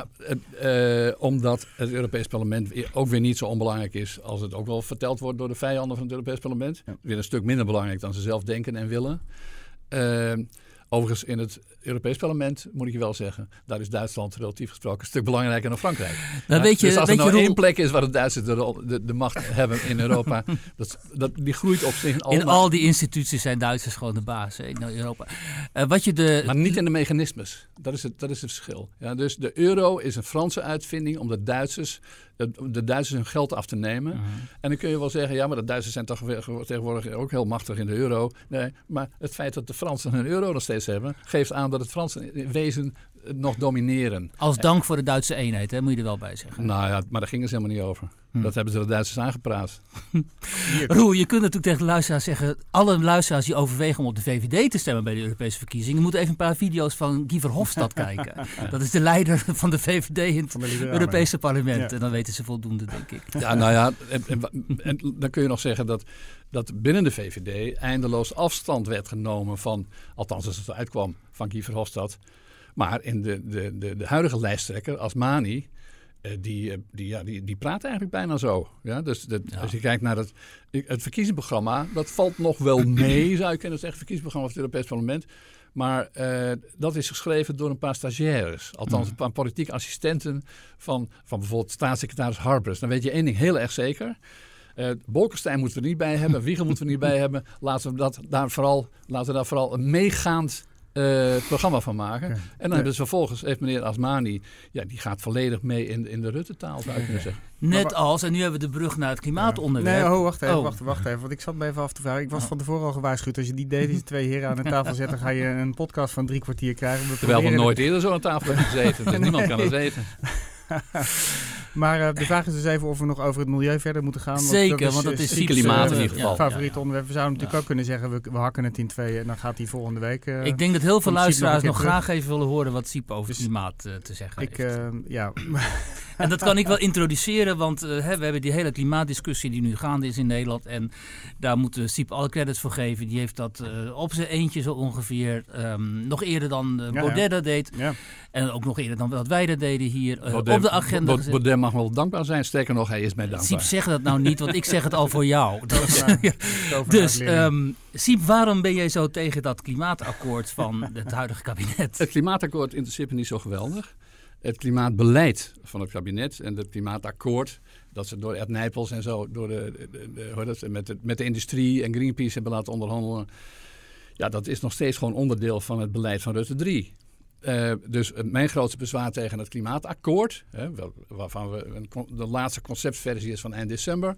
omdat het Europees Parlement ook weer niet zo onbelangrijk is als het ook wel verteld wordt door de vijanden van het Europees Parlement. Ja. Weer een stuk minder belangrijk dan ze zelf denken en willen. Overigens in het Europees Parlement, moet ik je wel zeggen, daar is Duitsland relatief gesproken een stuk belangrijker dan Frankrijk. Nou, dus als er nou één plek is waar de Duitsers de macht hebben in Europa, die groeit op zich allemaal. In al die instituties zijn Duitsers gewoon de baas in Europa. Maar niet in de mechanismes. Dat is het verschil. Ja, dus de euro is een Franse uitvinding om de Duitsers hun geld af te nemen. Uh-huh. En dan kun je wel zeggen, ja, maar de Duitsers zijn toch tegenwoordig ook heel machtig in de euro. Nee, maar het feit dat de Fransen hun euro nog steeds hebben, geeft aan dat het Fransen in wezen nog domineren. Als dank voor de Duitse eenheid, hè, moet je er wel bij zeggen. Nou ja, maar daar ging het helemaal niet over. Dat hebben ze de Duitsers aangepraat. Roel, je kunt natuurlijk tegen de luisteraars zeggen, alle luisteraars die overwegen om op de VVD te stemmen bij de Europese verkiezingen, moeten even een paar video's van Guy Verhofstadt kijken. Dat is de leider van de VVD in het Europese parlement. Ja. En dan weten ze voldoende, denk ik. Ja, nou ja, en dan kun je nog zeggen dat binnen de VVD eindeloos afstand werd genomen van, althans als het uitkwam, van Guy Verhofstadt. Maar in de huidige lijsttrekker, Asmani, die praat eigenlijk bijna zo. Ja? Dus als je kijkt naar het verkiezingsprogramma, dat valt nog wel mee, zou je kunnen zeggen, het verkiezingsprogramma van het Europees Parlement. Maar dat is geschreven door een paar stagiaires. Althans, een paar politieke assistenten van bijvoorbeeld staatssecretaris Harbers. Dan weet je één ding heel erg zeker. Bolkestein moeten we er niet bij hebben. Wiegel moeten we er niet bij hebben. Laten we daar vooral een meegaand programma van maken. Okay. En dan hebben ze vervolgens, heeft meneer Asmani, die gaat volledig mee in de Rutte-taal, zou je kunnen zeggen. Net als, en nu hebben we de brug naar het klimaatonderwerp. Nee, wacht even. Want ik zat me even af te vragen. Ik was van tevoren al gewaarschuwd. Als je deze twee heren aan de tafel zet, dan ga je een podcast van 3 kwartier krijgen. Terwijl we nooit eerder zo aan tafel hebben gezeten. Dus niemand kan er zeten. Maar de vraag is dus even of we nog over het milieu verder moeten gaan. Zeker, want dat is klimaat in ieder geval. Favoriete onderwerp. We zouden natuurlijk ook kunnen zeggen, we hakken het in 2 en dan gaat die volgende week. Ik denk dat heel veel luisteraars nog graag even willen horen wat Siep over klimaat te zeggen heeft. En dat kan ik wel introduceren, want we hebben die hele klimaatdiscussie die nu gaande is in Nederland. En daar moeten Siep alle credits voor geven. Die heeft dat op zijn eentje zo ongeveer. Nog eerder dan Baudet dat deed. Ja. En ook nog eerder dan dat wij dat deden hier op de agenda. Baudet mag wel dankbaar zijn. Sterker nog, hij is mij dankbaar. Siep, zeg dat nou niet, want ik zeg het al voor jou. Dus Siep, waarom ben jij zo tegen dat klimaatakkoord van het huidige kabinet? Het klimaatakkoord interesseert me niet zo geweldig. Het klimaatbeleid van het kabinet en het klimaatakkoord, dat ze door Ed Nijpels en zo, met de industrie en Greenpeace hebben laten onderhandelen, dat is nog steeds gewoon onderdeel van het beleid van Rutte 3. Dus mijn grootste bezwaar tegen het klimaatakkoord, waarvan de laatste conceptversie is van eind december,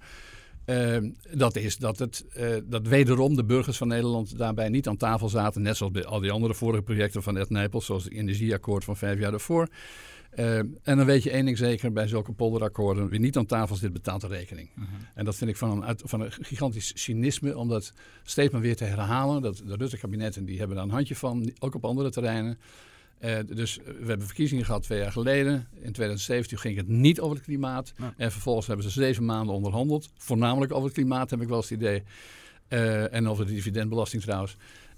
dat is dat wederom de burgers van Nederland daarbij niet aan tafel zaten, net zoals bij al die andere vorige projecten van Ed Nijpels, zoals het energieakkoord van 5 jaar daarvoor. En dan weet je één ding zeker, bij zulke polderakkoorden, wie niet aan tafel zit, betaalt de rekening. Uh-huh. En dat vind ik van een gigantisch cynisme, om dat steeds maar weer te herhalen. Dat de Rutte-kabinetten, die hebben daar een handje van, ook op andere terreinen. Dus we hebben verkiezingen gehad 2 jaar geleden. In 2017 ging het niet over het klimaat. Ja. En vervolgens hebben ze 7 maanden onderhandeld. Voornamelijk over het klimaat, heb ik wel eens het idee. En over de dividendbelasting trouwens.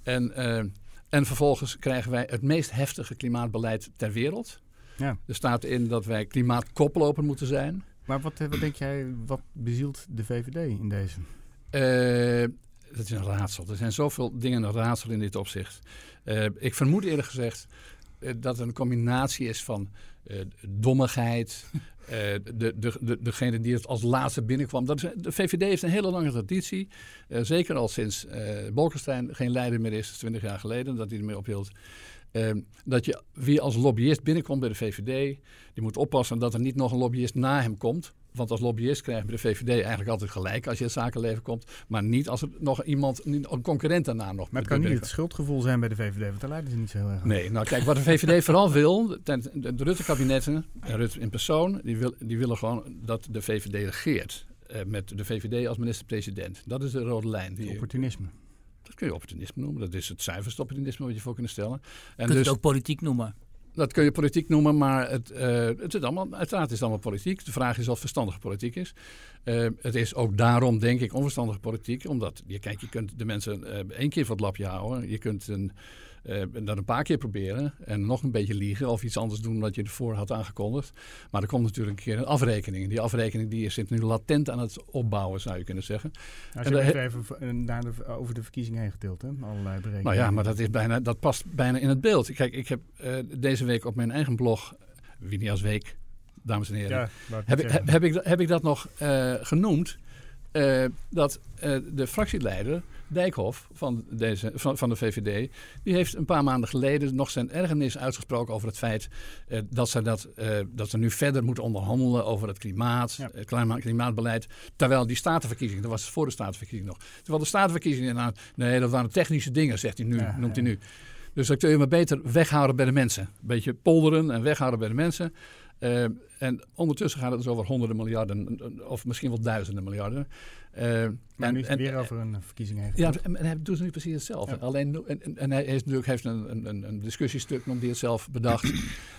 En vervolgens krijgen wij het meest heftige klimaatbeleid ter wereld. Ja. Er staat in dat wij klimaatkoploper moeten zijn. Maar wat denk jij, wat bezielt de VVD in deze? Dat is een raadsel. Er zijn zoveel dingen een raadsel in dit opzicht. Ik vermoed eerlijk gezegd dat het een combinatie is van dommigheid. Degene die het als laatste binnenkwam. De VVD heeft een hele lange traditie. Zeker al sinds Bolkestein geen leider meer is, 20 jaar geleden, dat hij ermee ophield. Dat je wie als lobbyist binnenkomt bij de VVD, die moet oppassen dat er niet nog een lobbyist na hem komt. Want als lobbyist krijg je bij de VVD eigenlijk altijd gelijk als je in het zakenleven komt. Maar niet als er nog een concurrent daarna nog. Maar het kan niet het schuldgevoel zijn bij de VVD, want daar leiden ze niet zo heel erg aan. Nee, nou kijk, wat de VVD vooral wil, de Rutte-kabinetten, en Rutte in persoon, die willen gewoon dat de VVD regeert. Met de VVD als minister-president. Dat is de rode lijn. Opportunisme. Dat kun je opportunisme noemen. Dat is het zuiverste opportunisme wat je voor kunt stellen. En kun je het ook politiek noemen? Dat kun je politiek noemen, maar uiteraard is het allemaal politiek. De vraag is of het verstandige politiek is. Het is ook daarom, denk ik, onverstandige politiek. Omdat, je kunt de mensen 1 keer voor het lapje houden. Je kunt dat een paar keer proberen en nog een beetje liegen of iets anders doen dan je ervoor had aangekondigd. Maar er komt natuurlijk een keer een afrekening. Die afrekening die zit nu latent aan het opbouwen, zou je kunnen zeggen. Als je even over de verkiezingen heen getild, hè? Allerlei berekeningen. Nou ja, maar dat past bijna in het beeld. Kijk, ik heb deze week op mijn eigen blog, Winias Week, dames en heren, heb ik dat nog genoemd. Dat de fractieleider Dijkhoff van de VVD, die heeft een paar maanden geleden nog zijn ergernis uitgesproken over het feit dat ze nu verder moeten onderhandelen over het klimaatbeleid. Terwijl die statenverkiezingen, dat was voor de statenverkiezingen nog. Terwijl de statenverkiezingen, nee, dat waren technische dingen, zegt hij nu, noemt hij nu. Dus dan kun je maar beter weghouden bij de mensen. Een beetje polderen en weghouden bij de mensen. En ondertussen gaat het dus over honderden miljarden of misschien wel duizenden miljarden. Maar nu is het weer over een verkiezing heen. Ja, en hij doet nu precies hetzelfde. Ja. Alleen, en hij heeft een discussiestuk, noemt hij het zelf, bedacht.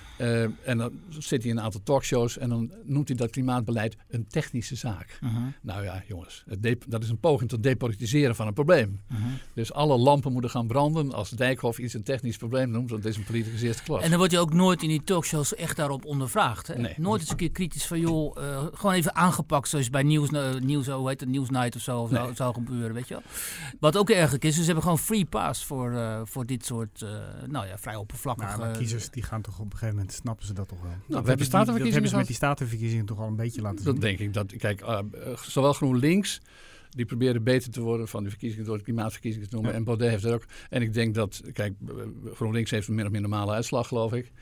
En dan zit hij in een aantal talkshows en dan noemt hij dat klimaatbeleid een technische zaak. Nou ja, jongens, dat is een poging tot depolitiseren van een probleem. Dus alle lampen moeten gaan branden als Dijkhoff iets een technisch probleem noemt, want dat is een politicus eerste klas. En dan wordt je ook nooit in die talkshows echt daarop ondervraagd. Hè? Nee. Nooit eens een keer kritisch van, joh, gewoon even aangepakt zoals bij Newsnight of zo zou gebeuren, weet je wel. Wat ook ergelijk is, ze hebben gewoon free pass voor dit soort, vrij oppervlakkige... maar kiezers die gaan toch op een gegeven moment, snappen ze dat toch wel? Nou, we hebben statenverkiezingen. Dat hebben ze met die statenverkiezingen toch al een beetje laten zien. Dat denk ik. Kijk, zowel GroenLinks, die proberen beter te worden van de verkiezingen door de klimaatverkiezingen te noemen. Ja. En Baudet heeft er ook. En ik denk dat, kijk, GroenLinks heeft een min of meer normale uitslag, geloof ik.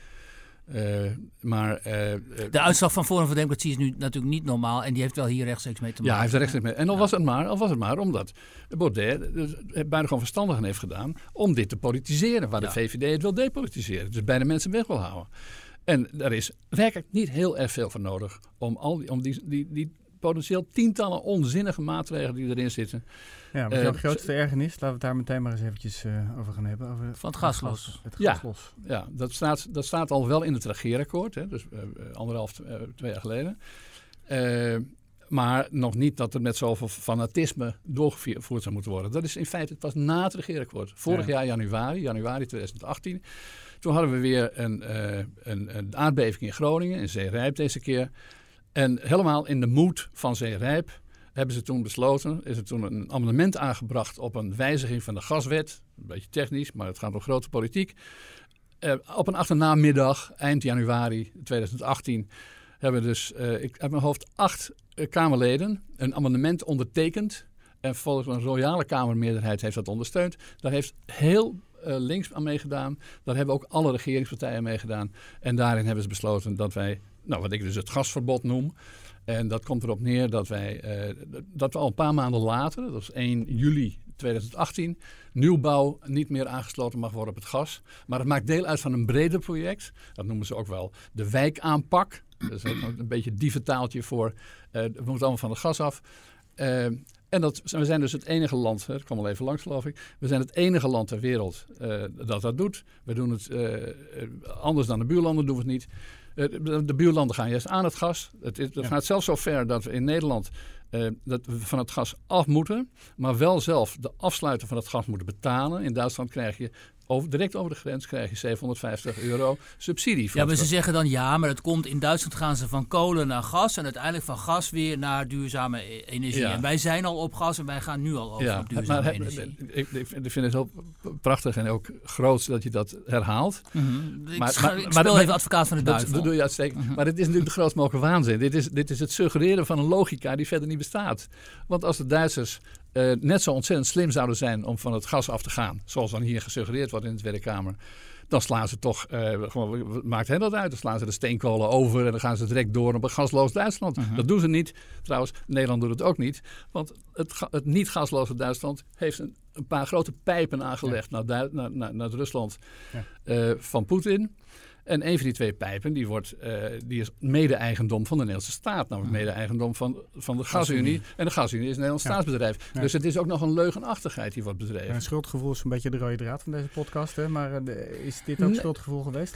De uitslag van Forum voor Democratie is nu natuurlijk niet normaal en die heeft wel hier rechtstreeks mee te maken. Ja, hij heeft er rechtstreeks mee. En al was het maar omdat Baudet het bijna gewoon verstandig aan heeft gedaan om dit te politiseren, waar de VVD het wil depolitiseren. Dus beide mensen weg wil houden. En daar is werkelijk niet heel erg veel voor nodig om die potentieel tientallen onzinnige maatregelen die erin zitten. Ja, maar jouw grootste ergernis, laten we het daar meteen maar eens eventjes over gaan hebben. Over van het gaslos. Het gaslos. Ja, dat staat al wel in het regeerakkoord, hè, dus 2 jaar geleden. Maar nog niet dat er met zoveel fanatisme doorgevoerd zou moeten worden. Dat is in feite pas na het regeerakkoord. Vorig jaar januari 2018. Toen hadden we weer een aardbeving in Groningen, in Zeerijp deze keer. En helemaal in de moed van Zeerijp hebben ze toen besloten, is er toen een amendement aangebracht op een wijziging van de gaswet. Een beetje technisch, maar het gaat om grote politiek. Op een achternamiddag, eind januari 2018, hebben dus, ik uit mijn hoofd 8 Kamerleden een amendement ondertekend. En volgens een royale Kamermeerderheid heeft dat ondersteund. Daar heeft heel links aan meegedaan. Daar hebben ook alle regeringspartijen meegedaan. En daarin hebben ze besloten dat wij, wat ik dus het gasverbod noem. En dat komt erop neer dat we al een paar maanden later, dat is 1 juli 2018, nieuwbouw niet meer aangesloten mag worden op het gas. Maar het maakt deel uit van een breder project. Dat noemen ze ook wel de wijkaanpak. Dat is ook een beetje dievertaaltje voor, we moeten allemaal van het gas af. En we zijn dus het enige land, dat kwam al even langs geloof ik, we zijn het enige land ter wereld dat doet. We doen het anders dan de buurlanden, doen we het niet. De buurlanden gaan juist aan het gas. Het gaat zelfs zo ver dat we in Nederland dat we van het gas af moeten, maar wel zelf de afsluiter van het gas moeten betalen. In Duitsland krijg je direct over de grens krijg je €750 subsidie. Ja, maar ze zeggen dan maar dat komt in Duitsland gaan ze van kolen naar gas en uiteindelijk van gas weer naar duurzame energie. Ja. En wij zijn al op gas en wij gaan nu al over op duurzame energie. Ik vind het heel prachtig en ook groot dat je dat herhaalt. Ik speel even advocaat van de duivel. Dat doe je uitstekend. Maar dit is natuurlijk de grootst mogelijke waanzin. Dit is het suggereren van een logica die verder niet bestaat. Want als de Duitsers net zo ontzettend slim zouden zijn om van het gas af te gaan, zoals dan hier gesuggereerd wordt in de Tweede Kamer, dan slaan ze toch, maakt hen dat uit, dan slaan ze de steenkolen over en dan gaan ze direct door op een gasloos Duitsland. Dat doen ze niet. Trouwens, Nederland doet het ook niet. Want het niet-gasloze Duitsland heeft een paar grote pijpen aangelegd naar Rusland van Poetin. En een van die 2 pijpen, die is mede-eigendom van de Nederlandse staat. Namelijk mede-eigendom van de Gasunie. En de Gasunie is een Nederlands staatsbedrijf. Ja. Dus het is ook nog een leugenachtigheid die wordt bedreven. Een schuldgevoel is een beetje de rode draad van deze podcast. Hè? Maar is dit ook schuldgevoel geweest?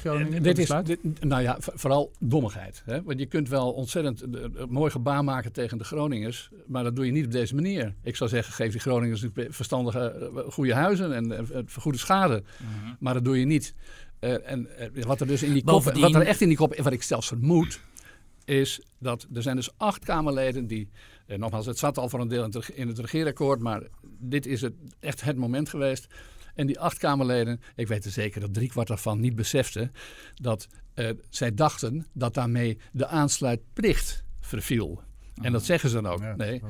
Vooral dommigheid. Hè? Want je kunt wel ontzettend mooi gebaar maken tegen de Groningers. Maar dat doe je niet op deze manier. Ik zou zeggen, geef die Groningers verstandige, goede huizen en vergoede schade. Maar dat doe je niet. Wat er dus in die kop, wat er echt in die kop, wat ik zelfs vermoed, is dat er zijn dus 8 Kamerleden die, nogmaals, het zat al voor een deel in het regeerakkoord, maar dit is echt het moment geweest. En die 8 Kamerleden, ik weet er zeker dat 3/4 daarvan niet beseften dat zij dachten dat daarmee de aansluitplicht verviel. En dat zeggen ze dan ook. Ja, nee,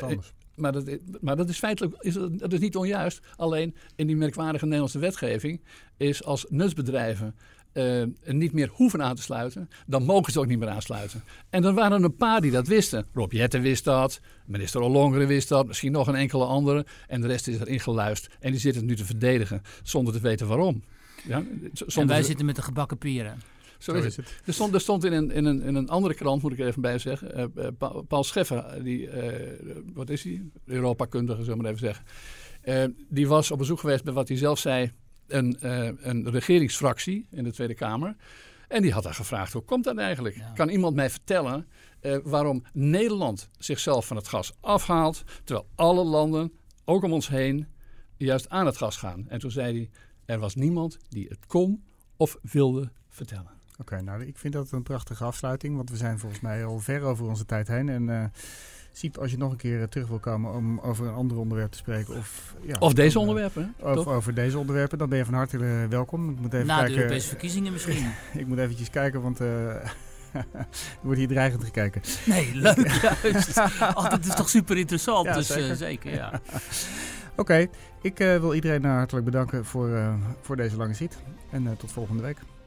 maar dat is feitelijk dat is niet onjuist. Alleen in die merkwaardige Nederlandse wetgeving is als nutsbedrijven niet meer hoeven aan te sluiten, dan mogen ze ook niet meer aansluiten. En er waren een paar die dat wisten. Rob Jetten wist dat, minister Ollongren wist dat, misschien nog een enkele andere. En de rest is erin geluisterd. En die zitten het nu te verdedigen zonder te weten waarom. Ja, en wij zitten met de gebakken peren. Zo is het. Er stond in een andere krant, moet ik er even bij zeggen, Paul Scheffer, wat is hij? Europakundige, zullen we maar even zeggen. Die was op bezoek geweest bij wat hij zelf zei, een regeringsfractie in de Tweede Kamer. En die had daar gevraagd, hoe komt dat eigenlijk? Ja. Kan iemand mij vertellen waarom Nederland zichzelf van het gas afhaalt, terwijl alle landen, ook om ons heen, juist aan het gas gaan? En toen zei hij, er was niemand die het kon of wilde vertellen. Oké, nou, ik vind dat een prachtige afsluiting, want we zijn volgens mij al ver over onze tijd heen. En Siep, als je nog een keer terug wil komen om over een ander onderwerp te spreken. Of deze onderwerpen. Over deze onderwerpen, dan ben je van harte welkom. Ik moet even na kijken, de Europese verkiezingen misschien. Ik moet eventjes kijken, want er wordt hier dreigend gekeken. Nee, leuk juist. Dat is toch super interessant. Ja, dus zeker ja. Oké, ik wil iedereen hartelijk bedanken voor deze lange zit. En tot volgende week.